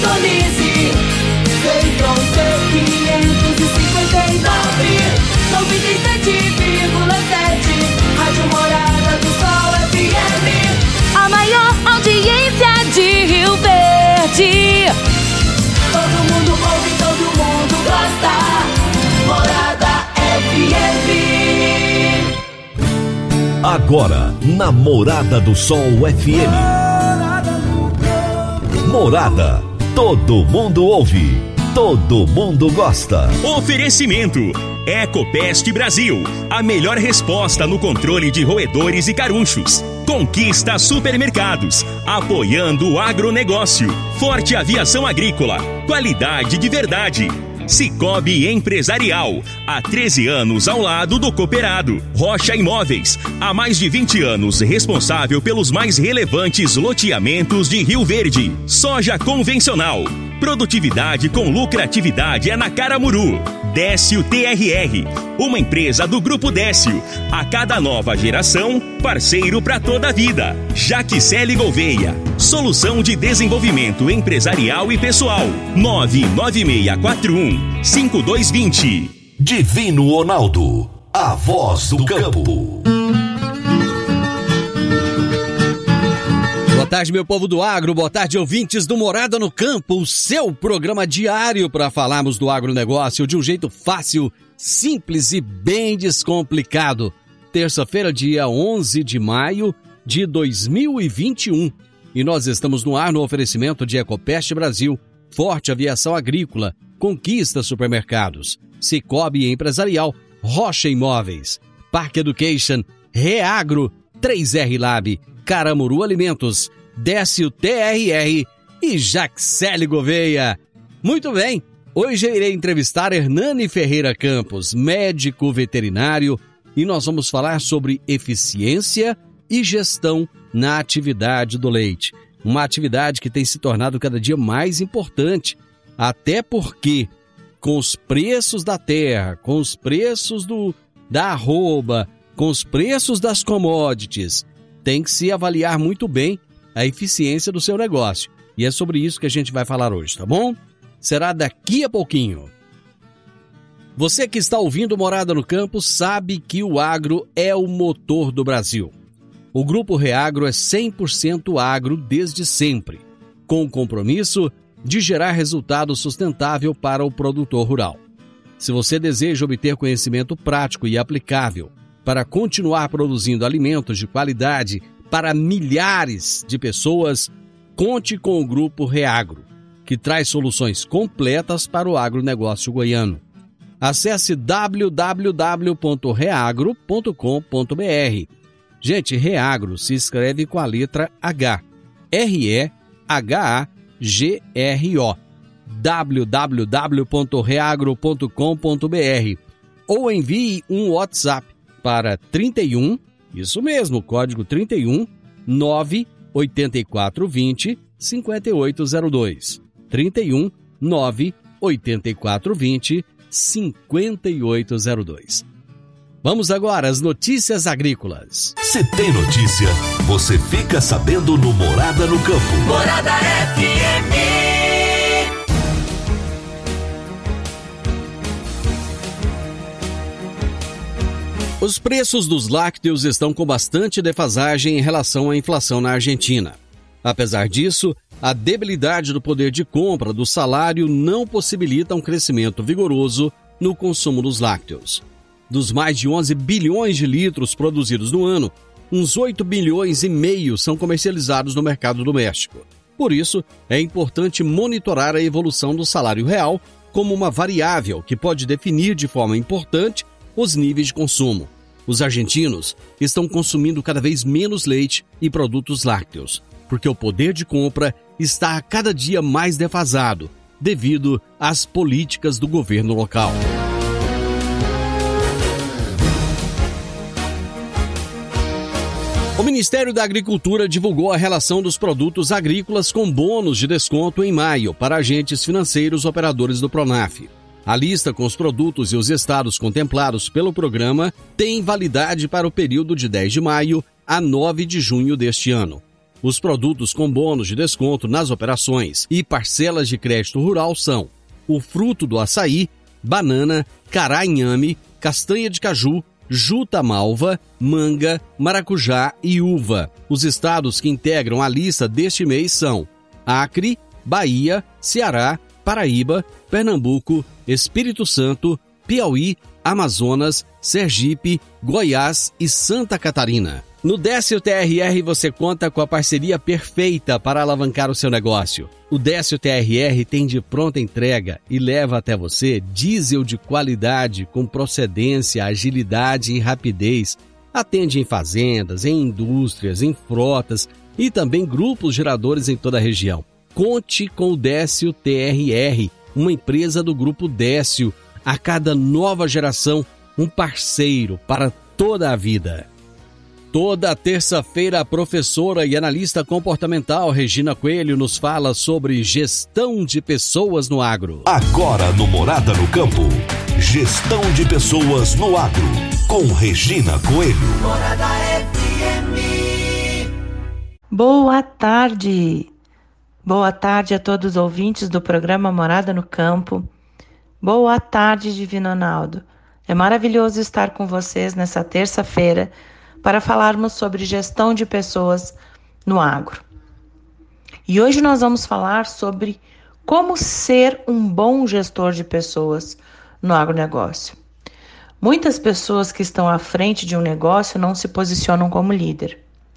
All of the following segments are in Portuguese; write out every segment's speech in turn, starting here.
sintonize. Central C 559, 97,7. Rádio Morada do Sol FM. A maior audiência de Rio Verde. Todo mundo ouve, todo mundo gosta. Morada FM. Agora, na Morada do Sol FM. Morada. Todo mundo ouve. Todo mundo gosta. Oferecimento. Ecopest Brasil. A melhor resposta no controle de roedores e carunchos. Conquista Supermercados. Apoiando o agronegócio. Forte Aviação Agrícola. Qualidade de verdade. Cicobi Empresarial, há 13 anos ao lado do cooperado. Rocha Imóveis, há mais de 20 anos responsável pelos mais relevantes loteamentos de Rio Verde. Soja convencional, produtividade com lucratividade é na Caramuru. Décio TRR, uma empresa do Grupo Décio. A cada nova geração, parceiro para toda a vida. Jaquicele Gouveia, solução de desenvolvimento empresarial e pessoal. 99641-5220. Divino Ronaldo, a voz do campo. Boa tarde, meu povo do agro, boa tarde, ouvintes do Morada no Campo, o seu programa diário para falarmos do agronegócio de um jeito fácil, simples e bem descomplicado. Terça-feira, dia 11 de maio de 2021. E nós estamos no ar no oferecimento de Ecopest Brasil, Forte Aviação Agrícola, Conquista Supermercados, Cicobi Empresarial, Rocha Imóveis, Parque Education, Reagro, 3R Lab, Caramuru Alimentos, Décio TRR e Jaxele Gouveia. Muito bem, hoje eu irei entrevistar Hernani Ferreira Campos, médico veterinário, e nós vamos falar sobre eficiência e gestão na atividade do leite. Uma atividade que tem se tornado cada dia mais importante, até porque com os preços da terra, com os preços da arroba, com os preços das commodities, tem que se avaliar muito bem a eficiência do seu negócio. E é sobre isso que a gente vai falar hoje, tá bom? Será daqui a pouquinho. Você que está ouvindo Morada no Campo sabe que o agro é o motor do Brasil. O Grupo Reagro é 100% agro desde sempre, com o compromisso de gerar resultado sustentável para o produtor rural. Se você deseja obter conhecimento prático e aplicável para continuar produzindo alimentos de qualidade para milhares de pessoas, conte com o Grupo Reagro, que traz soluções completas para o agronegócio goiano. Acesse www.reagro.com.br. Gente, Reagro se escreve com a letra H. R-E-H-A-G-R-O. www.reagro.com.br. Ou envie um WhatsApp para 31, isso mesmo, código 31 98420 5802. 31 98420 5802. Vamos agora às notícias agrícolas. Se tem notícia, você fica sabendo no Morada no Campo. Morada FM. Os preços dos lácteos estão com bastante defasagem em relação à inflação na Argentina. Apesar disso, a debilidade do poder de compra do salário não possibilita um crescimento vigoroso no consumo dos lácteos. Dos mais de 11 bilhões de litros produzidos no ano, uns 8 bilhões e meio são comercializados no mercado doméstico. Por isso, é importante monitorar a evolução do salário real como uma variável que pode definir de forma importante os níveis de consumo. Os argentinos estão consumindo cada vez menos leite e produtos lácteos, porque o poder de compra está a cada dia mais defasado devido às políticas do governo local. O Ministério da Agricultura divulgou a relação dos produtos agrícolas com bônus de desconto em maio para agentes financeiros operadores do Pronaf. A lista com os produtos e os estados contemplados pelo programa tem validade para o período de 10 de maio a 9 de junho deste ano. Os produtos com bônus de desconto nas operações e parcelas de crédito rural são o fruto do açaí, banana, cará inhame, castanha de caju, juta malva, manga, maracujá e uva. Os estados que integram a lista deste mês são Acre, Bahia, Ceará, Paraíba, Pernambuco, Espírito Santo, Piauí, Amazonas, Sergipe, Goiás e Santa Catarina. No Décio TRR você conta com a parceria perfeita para alavancar o seu negócio. O Décio TRR tem de pronta entrega e leva até você diesel de qualidade com procedência, agilidade e rapidez. Atende em fazendas, em indústrias, em frotas e também grupos geradores em toda a região. Conte com o Décio TRR, uma empresa do Grupo Décio. A cada nova geração, um parceiro para toda a vida. Toda terça-feira, a professora e analista comportamental Regina Coelho nos fala sobre gestão de pessoas no agro. Agora no Morada no Campo, gestão de pessoas no agro, com Regina Coelho. Morada FM. Boa tarde. Boa tarde a todos os ouvintes do programa Morada no Campo. Boa tarde, Divino Ronaldo. É maravilhoso estar com vocês nessa terça-feira para falarmos sobre gestão de pessoas no agro. E hoje nós vamos falar sobre como ser um bom gestor de pessoas no agronegócio. Muitas pessoas que estão à frente de um negócio não se posicionam como líder,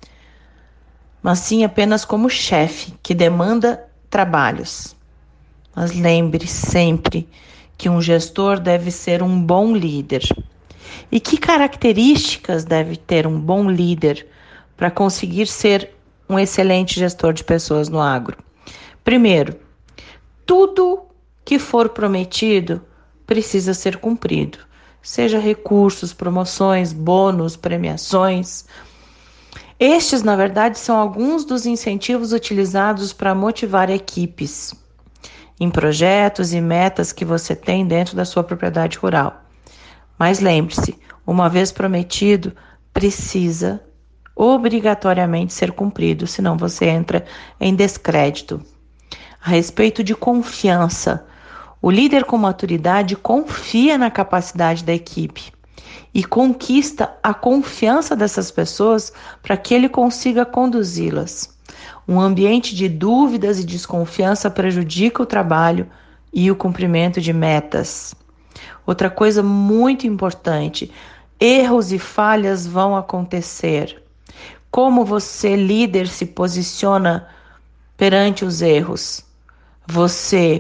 mas sim apenas como chefe que demanda trabalhos. Mas lembre sempre que um gestor deve ser um bom líder. E que características deve ter um bom líder para conseguir ser um excelente gestor de pessoas no agro? Primeiro, tudo que for prometido precisa ser cumprido, seja recursos, promoções, bônus, premiações. Estes, na verdade, são alguns dos incentivos utilizados para motivar equipes em projetos e metas que você tem dentro da sua propriedade rural. Mas lembre-se, uma vez prometido, precisa obrigatoriamente ser cumprido, senão você entra em descrédito. A respeito de confiança, o líder com maturidade confia na capacidade da equipe e conquista a confiança dessas pessoas para que ele consiga conduzi-las. Um ambiente de dúvidas e desconfiança prejudica o trabalho e o cumprimento de metas. Outra coisa muito importante, erros e falhas vão acontecer. Como você, líder, se posiciona perante os erros? Você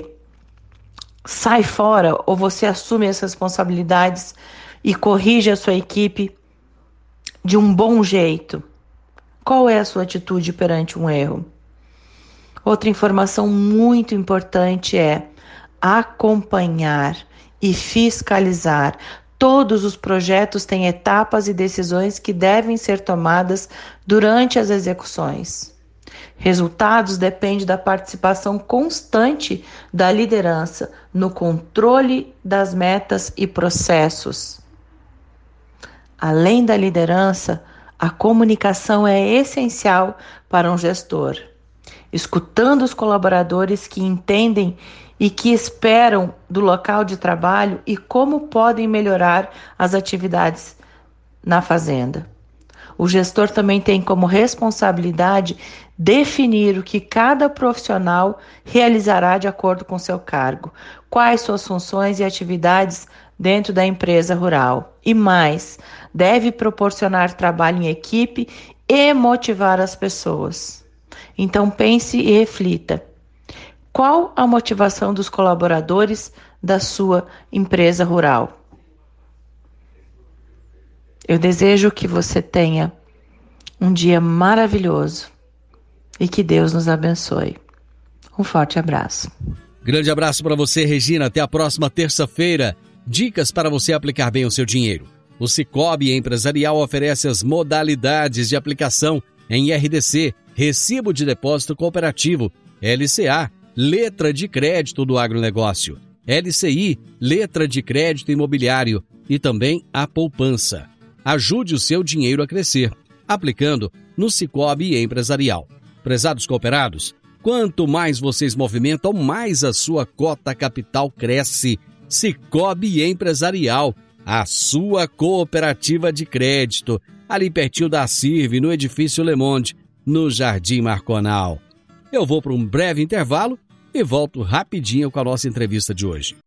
sai fora ou você assume as responsabilidades e corrige a sua equipe de um bom jeito? Qual é a sua atitude perante um erro? Outra informação muito importante é acompanhar e fiscalizar. Todos os projetos têm etapas e decisões que devem ser tomadas durante as execuções. Resultados dependem da participação constante da liderança no controle das metas e processos. Além da liderança, a comunicação é essencial para um gestor. Escutando os colaboradores que entendem e que esperam do local de trabalho e como podem melhorar as atividades na fazenda. O gestor também tem como responsabilidade definir o que cada profissional realizará de acordo com seu cargo, quais suas funções e atividades dentro da empresa rural. E mais, deve proporcionar trabalho em equipe e motivar as pessoas. Então pense e reflita. Qual a motivação dos colaboradores da sua empresa rural? Eu desejo que você tenha um dia maravilhoso e que Deus nos abençoe. Um forte abraço. Grande abraço para você, Regina. Até a próxima terça-feira. Dicas para você aplicar bem o seu dinheiro. O Sicoob Empresarial oferece as modalidades de aplicação em RDC, Recibo de Depósito Cooperativo, LCA, Letra de Crédito do Agronegócio, LCI, Letra de Crédito Imobiliário e também a poupança. Ajude o seu dinheiro a crescer, aplicando no Sicoob Empresarial. Prezados cooperados, quanto mais vocês movimentam, mais a sua cota capital cresce. Cicobi Empresarial, a sua cooperativa de crédito, ali pertinho da CIRV, no edifício Le Monde, no Jardim Marconal. Eu vou para um breve intervalo e volto rapidinho com a nossa entrevista de hoje.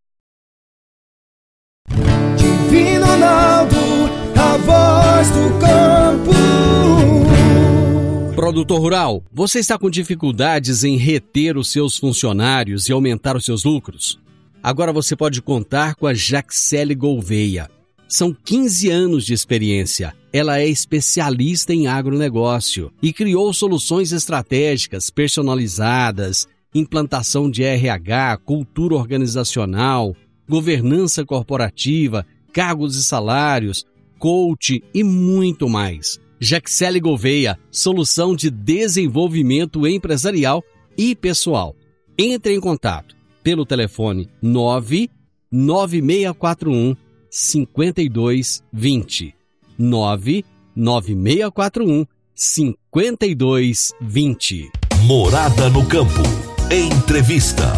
Divino Ronaldo, a voz do campo. Produtor rural, você está com dificuldades em reter os seus funcionários e aumentar os seus lucros? Agora você pode contar com a Jaxele Gouveia. São 15 anos de experiência. Ela é especialista em agronegócio e criou soluções estratégicas personalizadas, implantação de RH, cultura organizacional, governança corporativa, cargos e salários, coach e muito mais. Jaxele Gouveia, solução de desenvolvimento empresarial e pessoal. Entre em contato pelo telefone 99641 5220. 99641 5220. Morada no campo. Entrevista.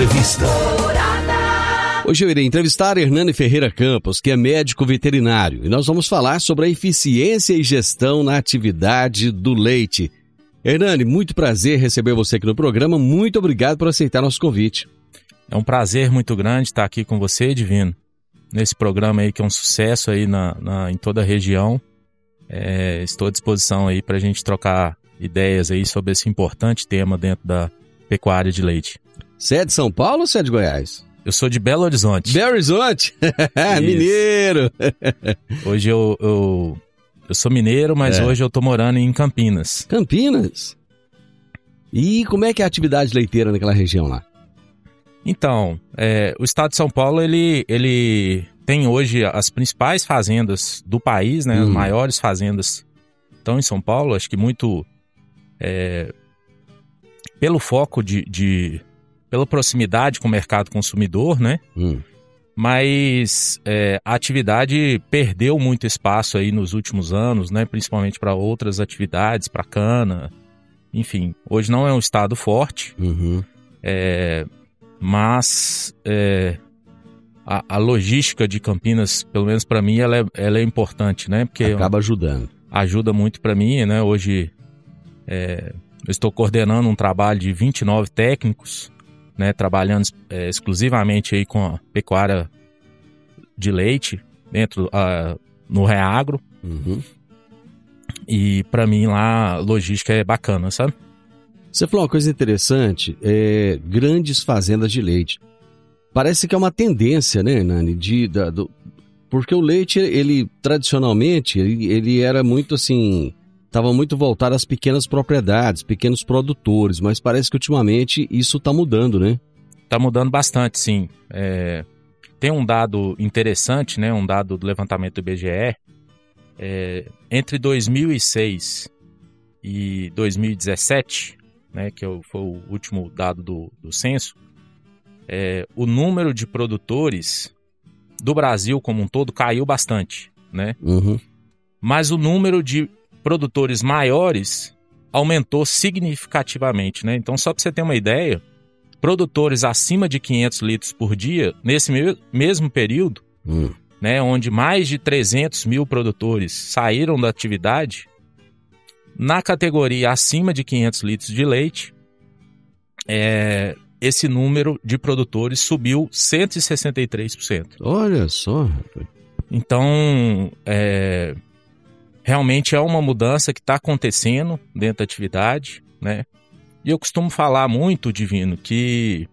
Hoje eu irei entrevistar Hernani Ferreira Campos, que é médico veterinário, e nós vamos falar sobre a eficiência e gestão na atividade do leite. Hernani, muito prazer receber você aqui no programa. Muito obrigado por aceitar nosso convite. É um prazer muito grande estar aqui com você, Divino, nesse programa aí que é um sucesso aí em toda a região. Estou à disposição aí para a gente trocar ideias aí sobre esse importante tema dentro da pecuária de leite. Você é de São Paulo ou você é de Goiás? Eu sou de Belo Horizonte. Belo Horizonte? Mineiro! Hoje eu sou mineiro, mas hoje eu tô morando em Campinas. Campinas? E como é que é a atividade leiteira naquela região lá? Então, o estado de São Paulo, ele tem hoje as principais fazendas do país, né? As maiores fazendas estão em São Paulo, acho que muito pelo foco pela proximidade com o mercado consumidor, né? Mas a atividade perdeu muito espaço aí nos últimos anos, né? Principalmente para outras atividades, para cana, enfim. Hoje não é um estado forte, mas a logística de Campinas, pelo menos para mim, ela é importante, né? Porque acaba ajudando. Ajuda muito para mim, né? Hoje eu estou coordenando um trabalho de 29 técnicos, né, trabalhando exclusivamente aí com a pecuária de leite dentro no Reagro. E para mim lá a logística é bacana, sabe? Você falou uma coisa interessante, grandes fazendas de leite. Parece que é uma tendência, né, Nani, porque o leite, ele tradicionalmente, ele era muito assim, estava muito voltado às pequenas propriedades, pequenos produtores, mas parece que ultimamente isso está mudando, né? Está mudando bastante, sim. Tem um dado interessante, né, um dado do levantamento do IBGE, entre 2006 e 2017, né, que foi o último dado do censo, o número de produtores do Brasil como um todo caiu bastante, né? Mas o número de produtores maiores aumentou significativamente, né? Então, só para você ter uma ideia, produtores acima de 500 litros por dia, nesse mesmo período, né, onde mais de 300 mil produtores saíram da atividade, na categoria acima de 500 litros de leite, esse número de produtores subiu 163%. Olha só. Então, realmente é uma mudança que está acontecendo dentro da atividade, né? E eu costumo falar muito, Divino, que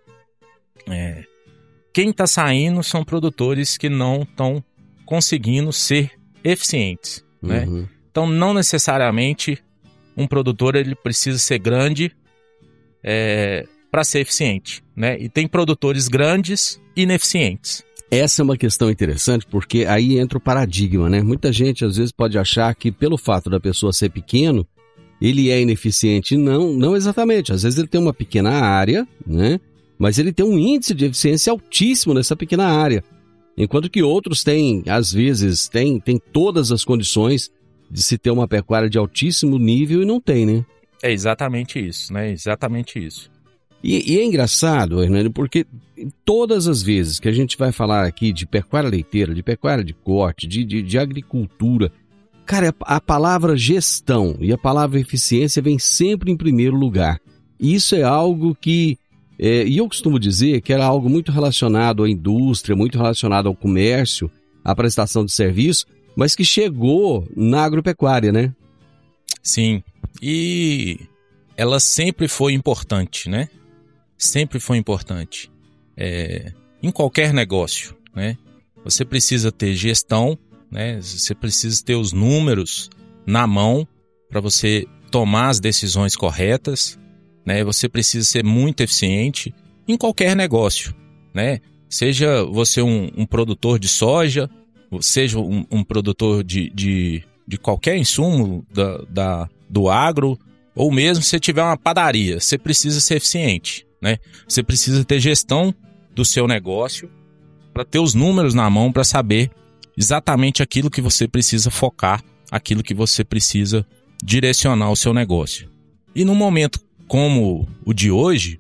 quem está saindo são produtores que não estão conseguindo ser eficientes, né? Então, não necessariamente um produtor ele precisa ser grande para ser eficiente, né? E tem produtores grandes e ineficientes. Essa é uma questão interessante porque aí entra o paradigma, né? Muita gente às vezes pode achar que pelo fato da pessoa ser pequeno, ele é ineficiente. Não exatamente. Às vezes ele tem uma pequena área, né? Mas ele tem um índice de eficiência altíssimo nessa pequena área. Enquanto que outros têm, às vezes, tem todas as condições de se ter uma pecuária de altíssimo nível e não tem, né? É exatamente isso, né? Exatamente isso. E é engraçado, Hernani, porque todas as vezes que a gente vai falar aqui de pecuária leiteira, de pecuária de corte, de agricultura, cara, a palavra gestão e a palavra eficiência vem sempre em primeiro lugar. E isso é algo que, e eu costumo dizer que era algo muito relacionado à indústria, muito relacionado ao comércio, à prestação de serviço, mas que chegou na agropecuária, né? Sim, e ela sempre foi importante, né? Sempre foi importante. Em qualquer negócio, né? Você precisa ter gestão, né? Você precisa ter os números na mão para você tomar as decisões corretas, né? Você precisa ser muito eficiente em qualquer negócio, né? Seja você um produtor de soja, seja um produtor de qualquer insumo do agro, ou mesmo se você tiver uma padaria, você precisa ser eficiente, né? Você precisa ter gestão do seu negócio para ter os números na mão para saber exatamente aquilo que você precisa focar, aquilo que você precisa direcionar o seu negócio. E num momento como o de hoje,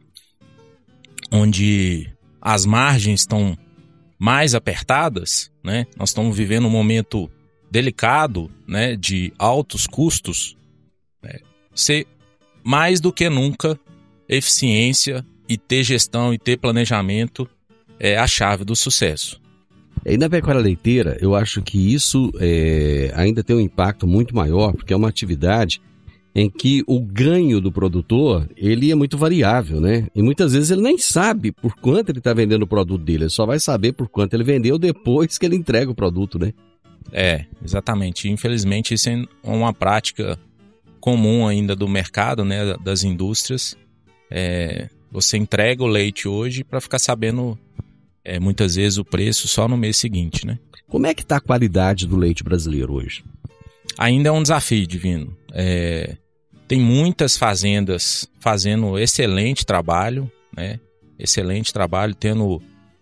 onde as margens estão mais apertadas, né? Nós estamos vivendo um momento delicado, né, de altos custos, né? Ser mais do que nunca eficiência e ter gestão e ter planejamento é a chave do sucesso. E na pecuária leiteira, eu acho que isso ainda tem um impacto muito maior, porque é uma atividade em que o ganho do produtor, ele é muito variável, né? E muitas vezes ele nem sabe por quanto ele está vendendo o produto dele, ele só vai saber por quanto ele vendeu depois que ele entrega o produto, né? Exatamente. Infelizmente isso é uma prática comum ainda do mercado, né, das indústrias. Você entrega o leite hoje para ficar sabendo muitas vezes o preço só no mês seguinte, né? Como é que está a qualidade do leite brasileiro hoje? Ainda é um desafio, Divino. Tem muitas fazendas fazendo excelente trabalho, né? Excelente trabalho, tendo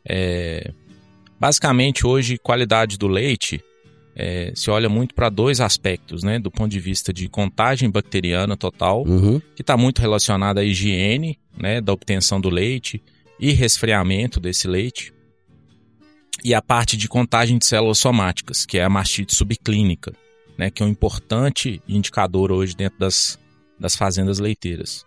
basicamente hoje qualidade do leite se olha muito para dois aspectos, né? Do ponto de vista de contagem bacteriana total, que está muito relacionada à higiene, né, da obtenção do leite e resfriamento desse leite, e a parte de contagem de células somáticas, que é a mastite subclínica, né, que é um importante indicador hoje dentro das fazendas leiteiras.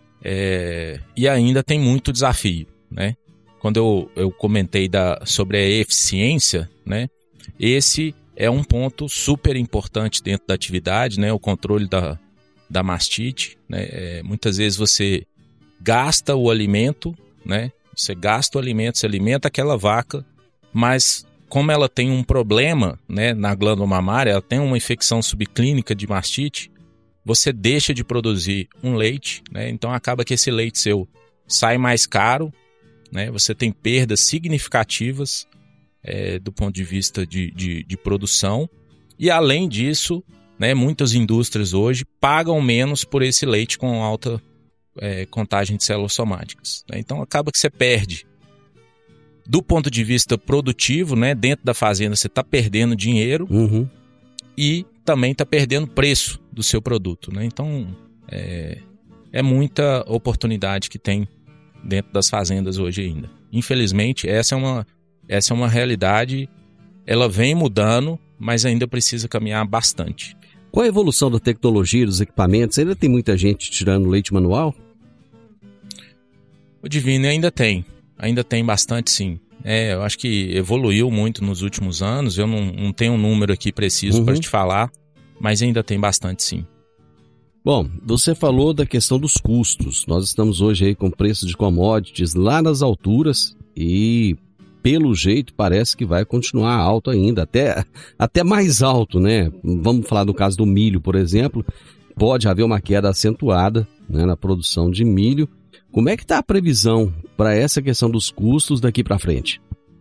E ainda tem muito desafio, né? Quando eu comentei sobre a eficiência, né, esse é um ponto super importante dentro da atividade, né, o controle da mastite, né? Muitas vezes você gasta o alimento, né? Você gasta o alimento, você alimenta aquela vaca, mas como ela tem um problema, né, na glândula mamária, ela tem uma infecção subclínica de mastite, você deixa de produzir um leite, né? Então acaba que esse leite seu sai mais caro, né? Você tem perdas significativas do ponto de vista de produção, e além disso, né, muitas indústrias hoje pagam menos por esse leite com alta contagem de células somáticas, né? Então acaba que você perde. Do ponto de vista produtivo, né, dentro da fazenda você está perdendo dinheiro e também está perdendo preço do seu produto, né? Então é muita oportunidade que tem dentro das fazendas hoje ainda. Infelizmente, essa é uma realidade, ela vem mudando, mas ainda precisa caminhar bastante. Qual a evolução da tecnologia, dos equipamentos? Ainda tem muita gente tirando leite manual? O Divino ainda tem bastante, sim. Eu acho que evoluiu muito nos últimos anos, eu não tenho um número aqui preciso para te falar, mas ainda tem bastante, sim. Bom, você falou da questão dos custos. Nós estamos hoje aí com preços de commodities lá nas alturas e, pelo jeito, parece que vai continuar alto ainda, até mais alto, né? Vamos falar do caso do milho, por exemplo. Pode haver uma queda acentuada, né, na produção de milho. Como é que está a previsão para essa questão dos custos daqui para frente?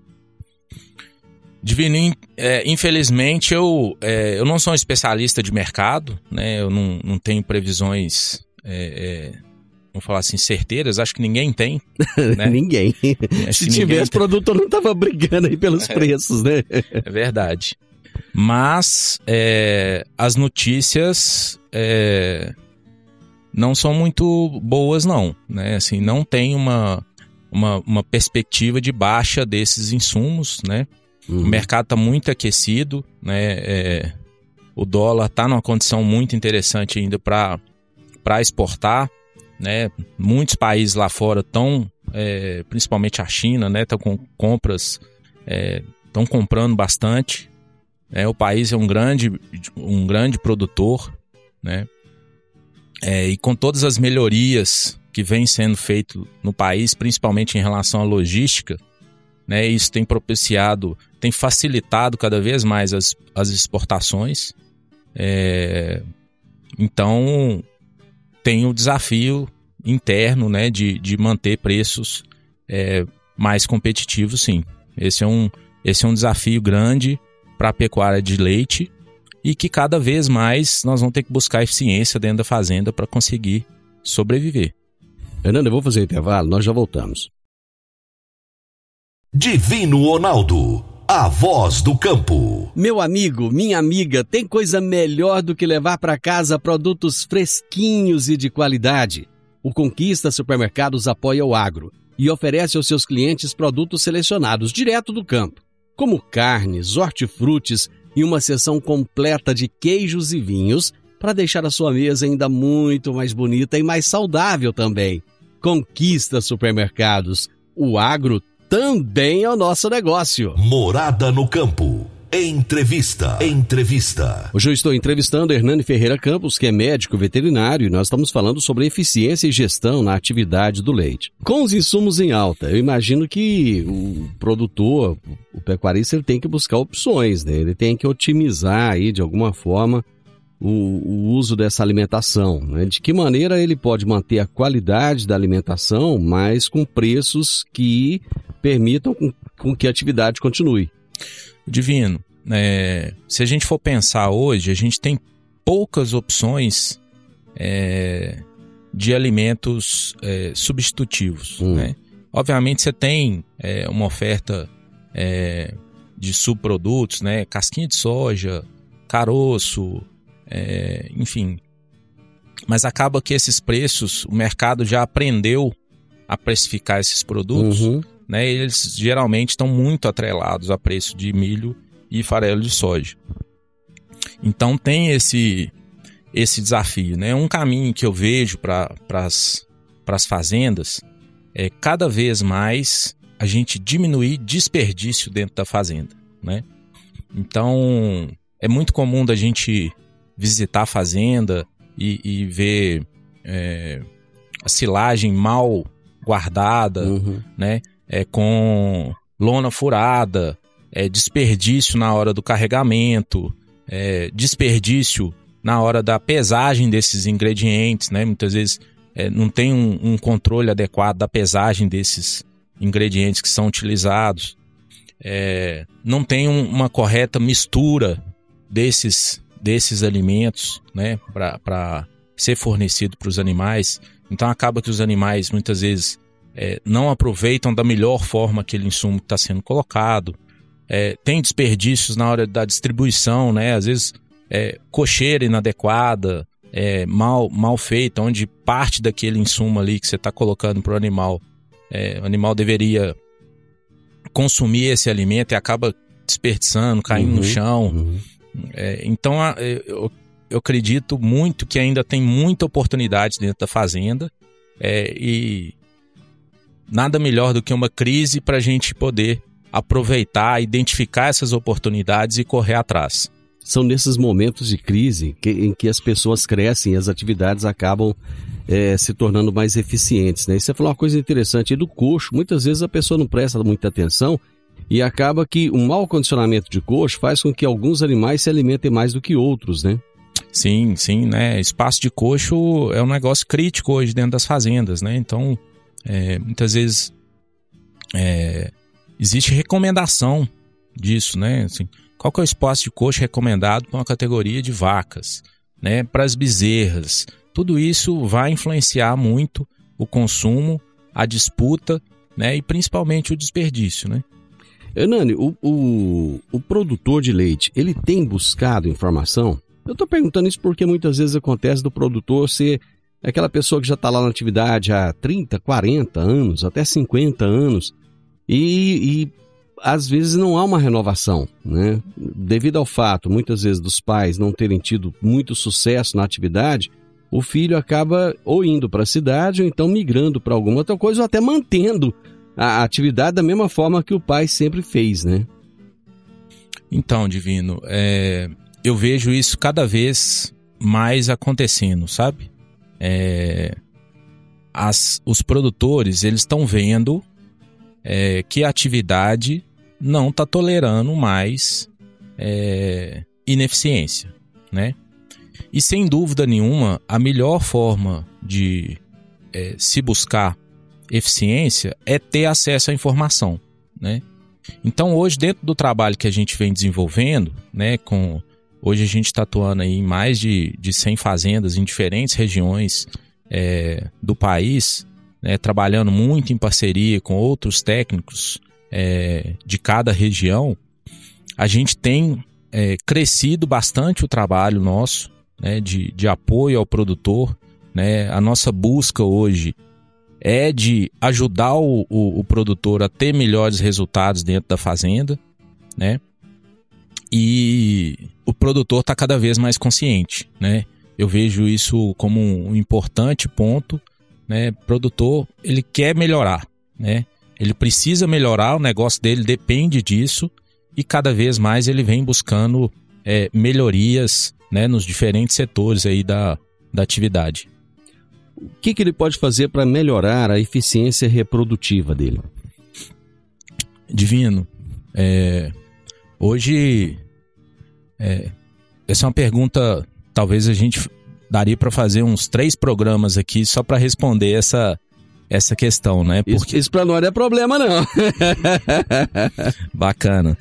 Divino, infelizmente eu não sou um especialista de mercado, né? Eu não tenho previsões, vamos falar assim, certeiras. Acho que ninguém tem, né? Ninguém. Se tivesse, o produtor não estava brigando aí pelos preços, né? É verdade. Mas as notícias não são muito boas não, né? Assim, não tem uma perspectiva de baixa desses insumos, né? O mercado está muito aquecido, né? O dólar está numa condição muito interessante ainda para exportar, né? Muitos países lá fora estão, principalmente a China, né? Estão com compras, estão comprando bastante. O país é um grande produtor, né? E com todas as melhorias que vêm sendo feitas no país, principalmente em relação à logística, né? Isso tem propiciado, tem facilitado cada vez mais as exportações. Então, tem o desafio interno, né, de manter preços mais competitivos, sim. Esse é um desafio grande para a pecuária de leite e que cada vez mais nós vamos ter que buscar eficiência dentro da fazenda para conseguir sobreviver. Fernando, eu vou fazer um intervalo, nós já voltamos. Divino Ronaldo, a voz do campo. Meu amigo, minha amiga, tem coisa melhor do que levar para casa produtos fresquinhos e de qualidade. O Conquista Supermercados apoia o agro e oferece aos seus clientes produtos selecionados direto do campo, como carnes, hortifrutis e uma seção completa de queijos e vinhos para deixar a sua mesa ainda muito mais bonita e mais saudável também. Conquista Supermercados, o agro também é o nosso negócio. Morada no Campo. Entrevista. Hoje eu estou entrevistando Hernani Ferreira Campos, que é médico veterinário, e nós estamos falando sobre eficiência e gestão na atividade do leite. Com os insumos em alta, eu imagino que o produtor, o pecuarista, ele tem que buscar opções, né? Ele tem que otimizar aí, de alguma forma, o uso dessa alimentação, né? De que maneira ele pode manter a qualidade da alimentação, mas com preços que permitam com que a atividade continue. Divino, se a gente for pensar hoje, a gente tem poucas opções de alimentos substitutivos, né? Obviamente você tem uma oferta de subprodutos, né? Casquinha de soja, caroço, enfim. Mas acaba que esses preços, o mercado já aprendeu a precificar esses produtos, né? Eles geralmente estão muito atrelados a preço de milho e farelo de soja. Então tem esse desafio, né? Um caminho que eu vejo para as fazendas é cada vez mais a gente diminuir desperdício dentro da fazenda, né? Então é muito comum da gente visitar a fazenda e ver a silagem mal guardada, né? Com lona furada, desperdício na hora do carregamento, desperdício na hora da pesagem desses ingredientes, né? Muitas vezes não tem um controle adequado da pesagem desses ingredientes que são utilizados, não tem uma correta mistura desses alimentos, né? Para ser fornecido para os animais. Então acaba que os animais muitas vezes não aproveitam da melhor forma aquele insumo que está sendo colocado. Tem desperdícios na hora da distribuição, né? Às vezes cocheira inadequada, mal feita, onde parte daquele insumo ali que você está colocando para o animal deveria consumir esse alimento e acaba desperdiçando, caindo no chão. Então eu acredito muito que ainda tem muita oportunidade dentro da fazenda, e nada melhor do que uma crise para a gente poder aproveitar, identificar essas oportunidades e correr atrás. São nesses momentos de crise em que as pessoas crescem e as atividades acabam se tornando mais eficientes, né? E você falou uma coisa interessante do coxo. Muitas vezes a pessoa não presta muita atenção e acaba que o mau condicionamento de coxo faz com que alguns animais se alimentem mais do que outros, né? Sim, né? Espaço de coxo é um negócio crítico hoje dentro das fazendas, né? Então, muitas vezes existe recomendação disso, né? Assim, qual que é o espaço de coxo recomendado para uma categoria de vacas, né? Para as bezerras. Tudo isso vai influenciar muito o consumo, a disputa, né? E principalmente o desperdício, né? Hernani, o produtor de leite, ele tem buscado informação? Eu estou perguntando isso porque muitas vezes acontece do produtor ser É aquela pessoa que já está lá na atividade há 30, 40 anos, até 50 anos, e às vezes não há uma renovação, né? Devido ao fato, muitas vezes, dos pais não terem tido muito sucesso na atividade, o filho acaba ou indo para a cidade ou então migrando para alguma outra coisa ou até mantendo a atividade da mesma forma que o pai sempre fez, né? Então, Divino, eu vejo isso cada vez mais acontecendo, sabe? Os produtores, eles estão vendo que a atividade não está tolerando mais ineficiência, né? E sem dúvida nenhuma, a melhor forma de se buscar eficiência é ter acesso à informação, né? Então hoje, dentro do trabalho que a gente vem desenvolvendo, né, hoje a gente está atuando aí em mais de 100 fazendas em diferentes regiões do país, né, trabalhando muito em parceria com outros técnicos de cada região. A gente tem crescido bastante o trabalho nosso, né, de apoio ao produtor, né? A nossa busca hoje é de ajudar o produtor a ter melhores resultados dentro da fazenda, né? E o produtor está cada vez mais consciente, né? Eu vejo isso como um importante ponto, né? O produtor, ele quer melhorar, né? Ele precisa melhorar, o negócio dele depende disso e cada vez mais ele vem buscando melhorias, né, nos diferentes setores aí da atividade. O que ele pode fazer para melhorar a eficiência reprodutiva dele? Divino, hoje essa é uma pergunta, talvez a gente daria para fazer uns 3 programas aqui só para responder essa questão, né? Porque isso para nós não é problema, não. Bacana.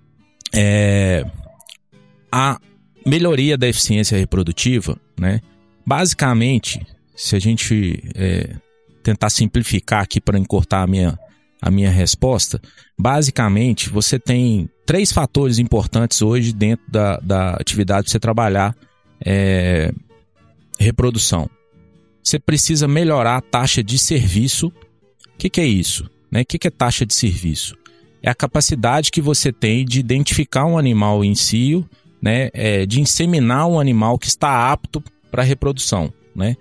A melhoria da eficiência reprodutiva, né? Basicamente, se a gente tentar simplificar aqui para encurtar a minha resposta, basicamente você tem 3 fatores importantes hoje dentro da atividade para você trabalhar reprodução. Você precisa melhorar a taxa de serviço. O que é isso? Né? O que é taxa de serviço? É a capacidade que você tem de identificar um animal em cio, né? De inseminar um animal que está apto para reprodução, né?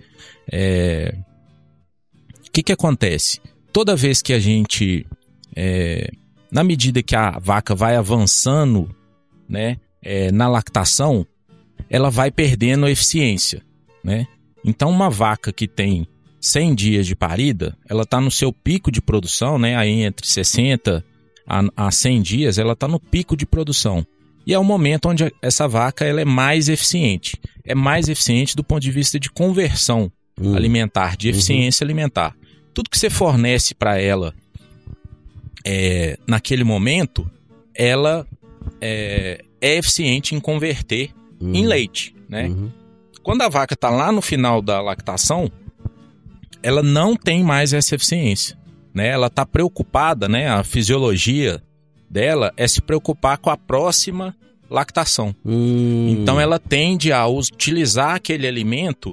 O que acontece? Toda vez que a gente, na medida que a vaca vai avançando, né, na lactação, ela vai perdendo a eficiência, né? Então uma vaca que tem 100 dias de parida, ela está no seu pico de produção, né? Aí entre 60 a 100 dias, ela está no pico de produção. E é o momento onde essa vaca ela é mais eficiente. É mais eficiente do ponto de vista de conversão alimentar, de eficiência alimentar. Tudo que você fornece para ela naquele momento, ela é eficiente em converter em leite, né? Quando a vaca está lá no final da lactação, ela não tem mais essa eficiência, né? Ela está preocupada, né? A fisiologia dela é se preocupar com a próxima lactação. Então ela tende a utilizar aquele alimento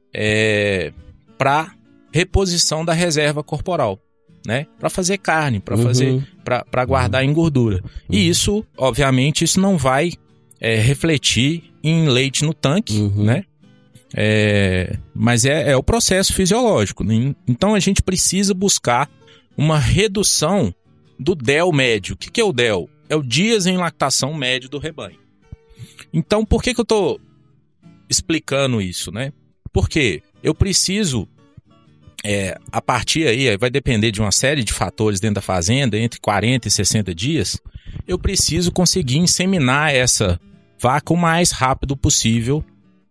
para reposição da reserva corporal, né? Para fazer carne, para fazer, para guardar em gordura. E isso, obviamente, isso não vai refletir em leite no tanque, né? Mas é o processo fisiológico. Então a gente precisa buscar uma redução do DEL médio. O que é o DEL? É o dias em lactação médio do rebanho. Então, por que eu estou explicando isso, né? Porque eu preciso, a partir aí, vai depender de uma série de fatores dentro da fazenda, entre 40 e 60 dias, eu preciso conseguir inseminar essa vaca o mais rápido possível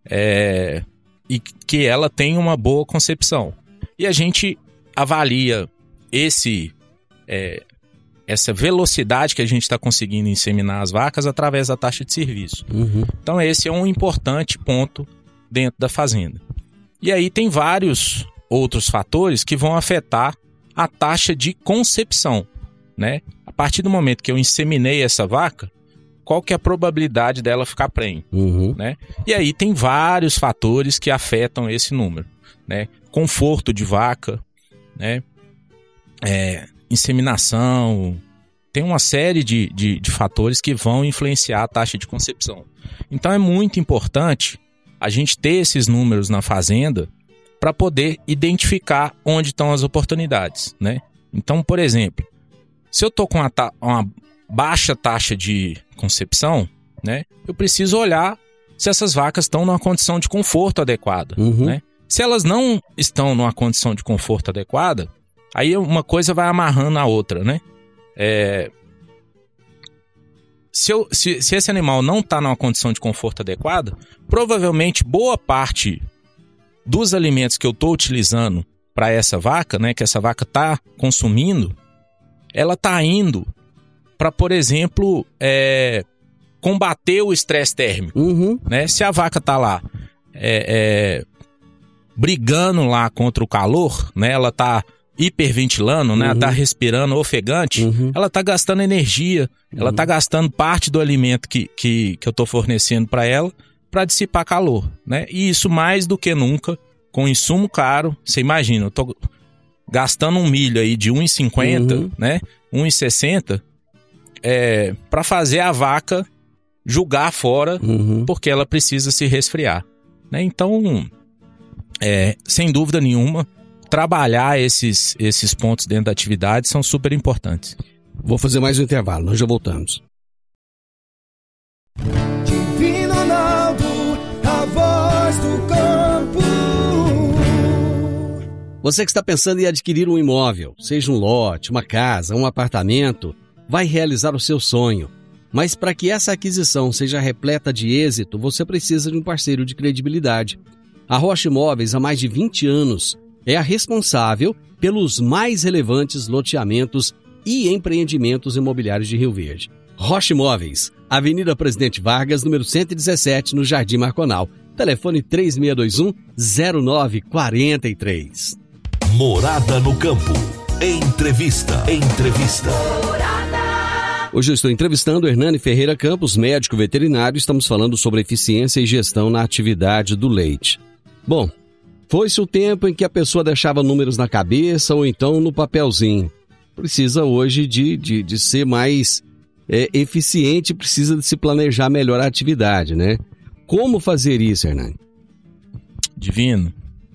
e que ela tenha uma boa concepção. E a gente avalia essa velocidade que a gente está conseguindo inseminar as vacas através da taxa de serviço. Então esse é um importante ponto dentro da fazenda. E aí tem vários outros fatores que vão afetar a taxa de concepção, né? A partir do momento que eu inseminei essa vaca, qual que é a probabilidade dela ficar prenhe, né? E aí tem vários fatores que afetam esse número. né? Conforto de vaca, né? Inseminação, tem uma série de fatores que vão influenciar a taxa de concepção. Então é muito importante a gente ter esses números na fazenda para poder identificar onde estão as oportunidades, né? Então, por exemplo, se eu estou com uma baixa taxa de concepção, né, eu preciso olhar se essas vacas estão numa condição de conforto adequada, né? Se elas não estão numa condição de conforto adequada, aí uma coisa vai amarrando a outra, né? Se esse animal não está numa condição de conforto adequada, provavelmente boa parte dos alimentos que eu estou utilizando para essa vaca, né, que essa vaca está consumindo, ela está indo para, por exemplo, combater o estresse térmico. Né? Se a vaca está lá brigando lá contra o calor, né, ela está hiperventilando, né, ela está respirando ofegante, ela está gastando energia, ela está gastando parte do alimento que eu estou fornecendo para ela para dissipar calor. Né? E isso mais do que nunca, com insumo caro. Você imagina, eu estou gastando um milho aí de 1,50, né, 1,60, para fazer a vaca jogar fora, porque ela precisa se resfriar. Né? Então, sem dúvida nenhuma, trabalhar esses pontos dentro da atividade são super importantes. Vou fazer mais um intervalo, nós já voltamos. Divino Ronaldo, a voz do campo. Você que está pensando em adquirir um imóvel, seja um lote, uma casa, um apartamento, vai realizar o seu sonho. Mas para que essa aquisição seja repleta de êxito, você precisa de um parceiro de credibilidade. A Rocha Imóveis, há mais de 20 anos, é a responsável pelos mais relevantes loteamentos e empreendimentos imobiliários de Rio Verde. Rocha Imóveis, Avenida Presidente Vargas, número 117, no Jardim Marconal. Telefone 3621-0943. Morada no Campo. Entrevista. Hoje eu estou entrevistando Hernani Ferreira Campos, médico veterinário. Estamos falando sobre eficiência e gestão na atividade do leite. Bom, foi-se o tempo em que a pessoa deixava números na cabeça ou então no papelzinho. Precisa hoje de ser mais eficiente, precisa de se planejar melhor a atividade, né? Como fazer isso, Hernani? Divino,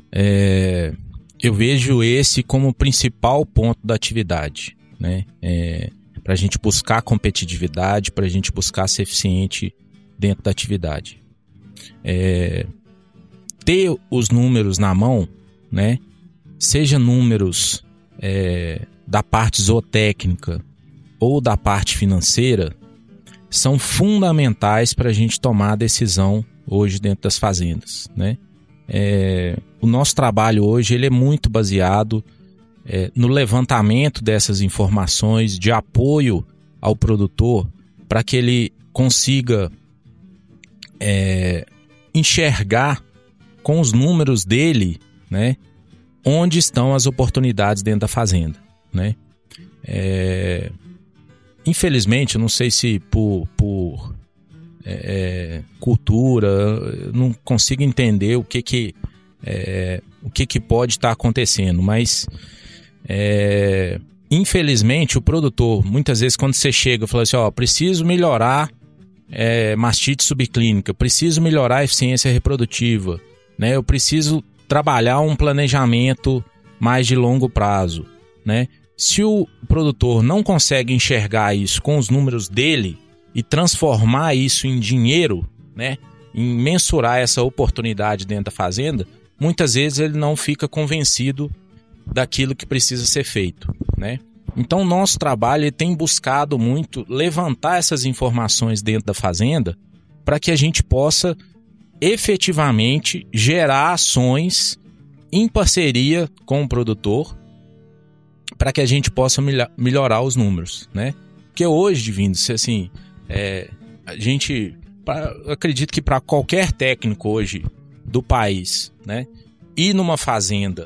eu vejo esse como o principal ponto da atividade, né? Para a gente buscar competitividade, para a gente buscar ser eficiente dentro da atividade. Ter os números na mão, né? Seja números da parte zootécnica ou da parte financeira, são fundamentais para a gente tomar a decisão hoje dentro das fazendas, né? O nosso trabalho hoje ele é muito baseado no levantamento dessas informações, de apoio ao produtor, para que ele consiga enxergar com os números dele, né, onde estão as oportunidades dentro da fazenda, né? Infelizmente, eu não sei se por cultura, eu não consigo entender o que pode estar acontecendo, mas infelizmente o produtor, muitas vezes quando você chega e fala assim, preciso melhorar mastite subclínica, preciso melhorar a eficiência reprodutiva, né? Eu preciso trabalhar um planejamento mais de longo prazo, né? Se o produtor não consegue enxergar isso com os números dele e transformar isso em dinheiro, né? Em mensurar essa oportunidade dentro da fazenda, muitas vezes ele não fica convencido daquilo que precisa ser feito, né? Então o nosso trabalho ele tem buscado muito levantar essas informações dentro da fazenda para que a gente possa efetivamente gerar ações em parceria com o produtor para que a gente possa melhorar os números, né? Porque hoje, Divino, assim, a gente, eu acredito que para qualquer técnico hoje do país, né, ir numa fazenda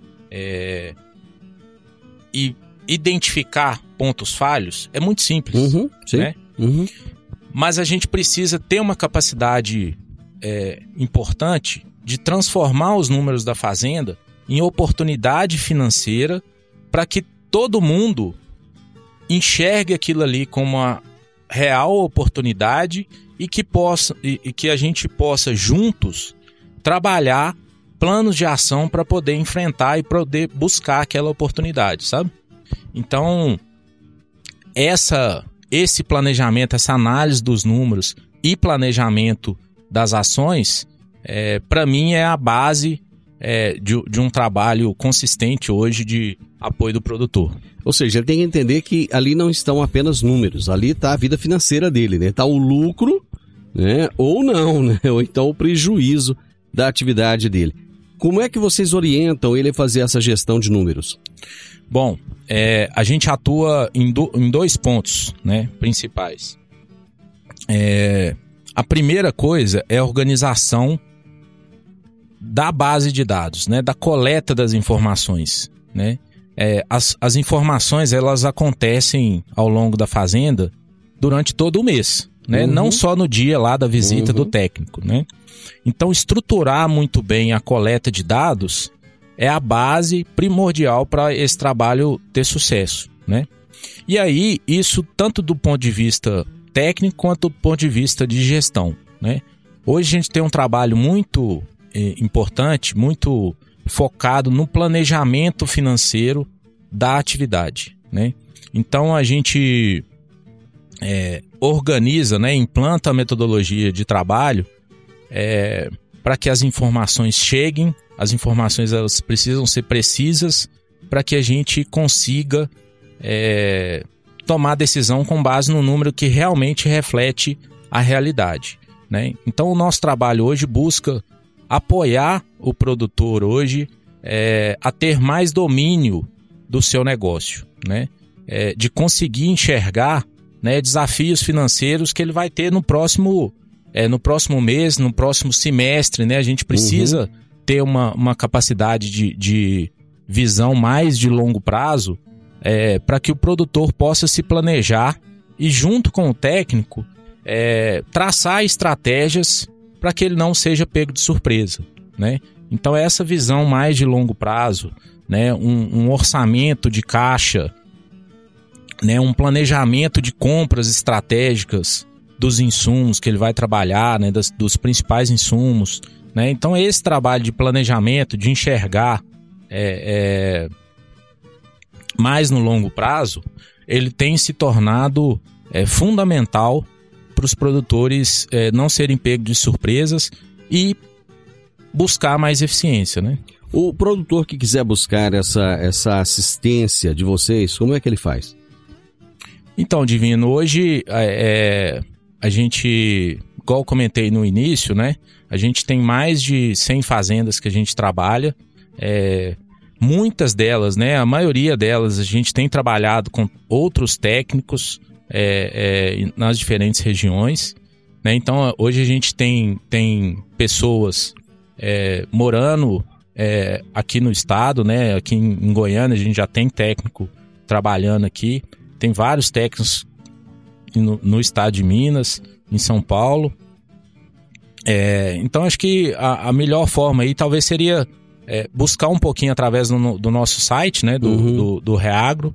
e identificar pontos falhos é muito simples, sim. Né? Mas a gente precisa ter uma capacidade importante de transformar os números da fazenda em oportunidade financeira para que todo mundo enxergue aquilo ali como uma real oportunidade e que a gente possa juntos trabalhar planos de ação para poder enfrentar e poder buscar aquela oportunidade, sabe? Então, esse planejamento, essa análise dos números e planejamento das ações, para mim é a base de um trabalho consistente hoje de apoio do produtor. Ou seja, ele tem que entender que ali não estão apenas números, ali está a vida financeira dele, né? Está o lucro, né? Ou não, né? Ou então o prejuízo da atividade dele. Como é que vocês orientam ele a fazer essa gestão de números? Bom, a gente atua em 2 pontos, né, principais. A primeira coisa é a organização da base de dados, né, da coleta das informações, né? As informações, elas acontecem ao longo da fazenda durante todo o mês, né? Não só no dia lá da visita do técnico, né? Então, estruturar muito bem a coleta de dados é a base primordial para esse trabalho ter sucesso, né? E aí, isso tanto do ponto de vista técnico quanto do ponto de vista de gestão, né? Hoje a gente tem um trabalho muito importante, muito focado no planejamento financeiro da atividade, né? Então a gente organiza, né, implanta a metodologia de trabalho para que as informações cheguem. As informações, elas precisam ser precisas para que a gente consiga tomar decisão com base no número que realmente reflete a realidade, né? Então o nosso trabalho hoje busca apoiar o produtor hoje a ter mais domínio do seu negócio, né? De conseguir enxergar, né, desafios financeiros que ele vai ter no próximo mês, no próximo semestre, né? A gente precisa ter uma capacidade de visão mais de longo prazo para que o produtor possa se planejar e, junto com o técnico, traçar estratégias para que ele não seja pego de surpresa, né? Então, essa visão mais de longo prazo, né, um orçamento de caixa, né, um planejamento de compras estratégicas dos insumos que ele vai trabalhar, né, dos principais insumos, né? Então, esse trabalho de planejamento, de enxergar mais no longo prazo, ele tem se tornado fundamental para os produtores não serem pegos de surpresas e buscar mais eficiência, né? O produtor que quiser buscar essa assistência de vocês, como é que ele faz? Então, Divino, hoje a gente, igual eu comentei no início, né? A gente tem mais de 100 fazendas que a gente trabalha. Muitas delas, né? A maioria delas, a gente tem trabalhado com outros técnicos nas diferentes regiões, né? Então, hoje a gente tem pessoas morando aqui no estado, né? Aqui em Goiânia, a gente já tem técnico trabalhando aqui. Tem vários técnicos no estado de Minas, em São Paulo. Então, acho que a melhor forma aí talvez seria buscar um pouquinho através do nosso site, né, do Reagro,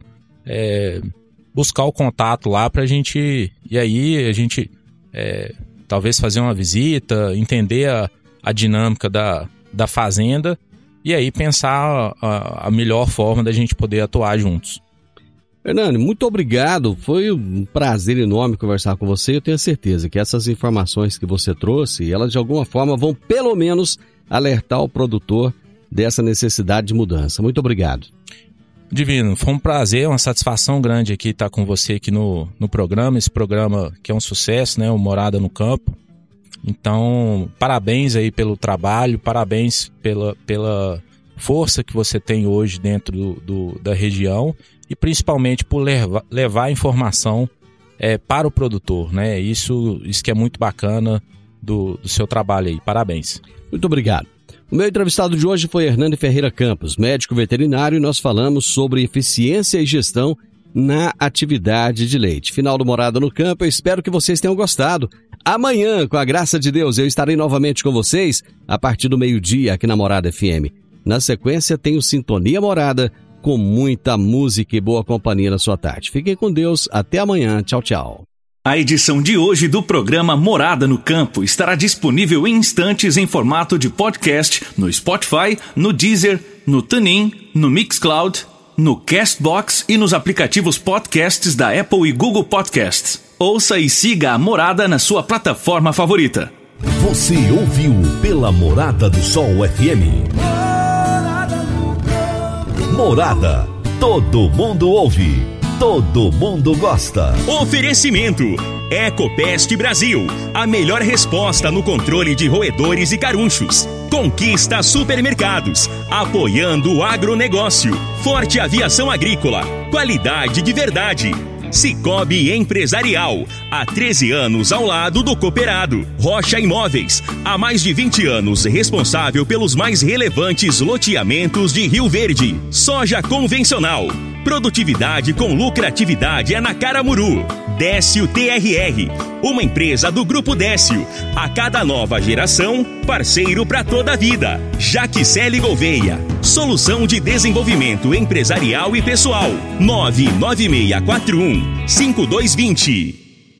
buscar o contato lá pra gente, e aí a gente talvez fazer uma visita, entender a dinâmica da fazenda e aí pensar a melhor forma da gente poder atuar juntos. Hernani, muito obrigado, foi um prazer enorme conversar com você. Eu tenho certeza que essas informações que você trouxe, elas de alguma forma vão pelo menos alertar o produtor dessa necessidade de mudança. Muito obrigado. Divino, foi um prazer, uma satisfação grande aqui estar com você aqui no programa, esse programa que é um sucesso, né, o Morada no Campo. Então, parabéns aí pelo trabalho, parabéns pela força que você tem hoje dentro da região e principalmente por levar a informação para o produtor, né? Isso que é muito bacana do seu trabalho aí. Parabéns. Muito obrigado. O meu entrevistado de hoje foi Hernani Ferreira Campos, médico veterinário, e nós falamos sobre eficiência e gestão na atividade de leite. Final do Morada no Campo, eu espero que vocês tenham gostado. Amanhã, com a graça de Deus, eu estarei novamente com vocês a partir do meio-dia aqui na Morada FM. Na sequência, tenho Sintonia Morada, com muita música e boa companhia na sua tarde. Fiquem com Deus, até amanhã. Tchau, tchau. A edição de hoje do programa Morada no Campo estará disponível em instantes em formato de podcast no Spotify, no Deezer, no TuneIn, no Mixcloud, no Castbox e nos aplicativos podcasts da Apple e Google Podcasts. Ouça e siga a Morada na sua plataforma favorita. Você ouviu pela Morada do Sol FM. Morada. Todo mundo ouve. Todo mundo gosta. Oferecimento: Ecopest Brasil, a melhor resposta no controle de roedores e carunchos. Conquista Supermercados, apoiando o agronegócio. Forte Aviação Agrícola, qualidade de verdade. Cicobi Empresarial, há 13 anos ao lado do cooperado. Rocha Imóveis, há mais de 20 anos responsável pelos mais relevantes loteamentos de Rio Verde. Soja convencional, produtividade com lucratividade é na Caramuru. Décio TRR, uma empresa do Grupo Décio. A cada nova geração, parceiro para toda a vida. Jaquicele Gouveia, solução de desenvolvimento empresarial e pessoal. 99641 5220.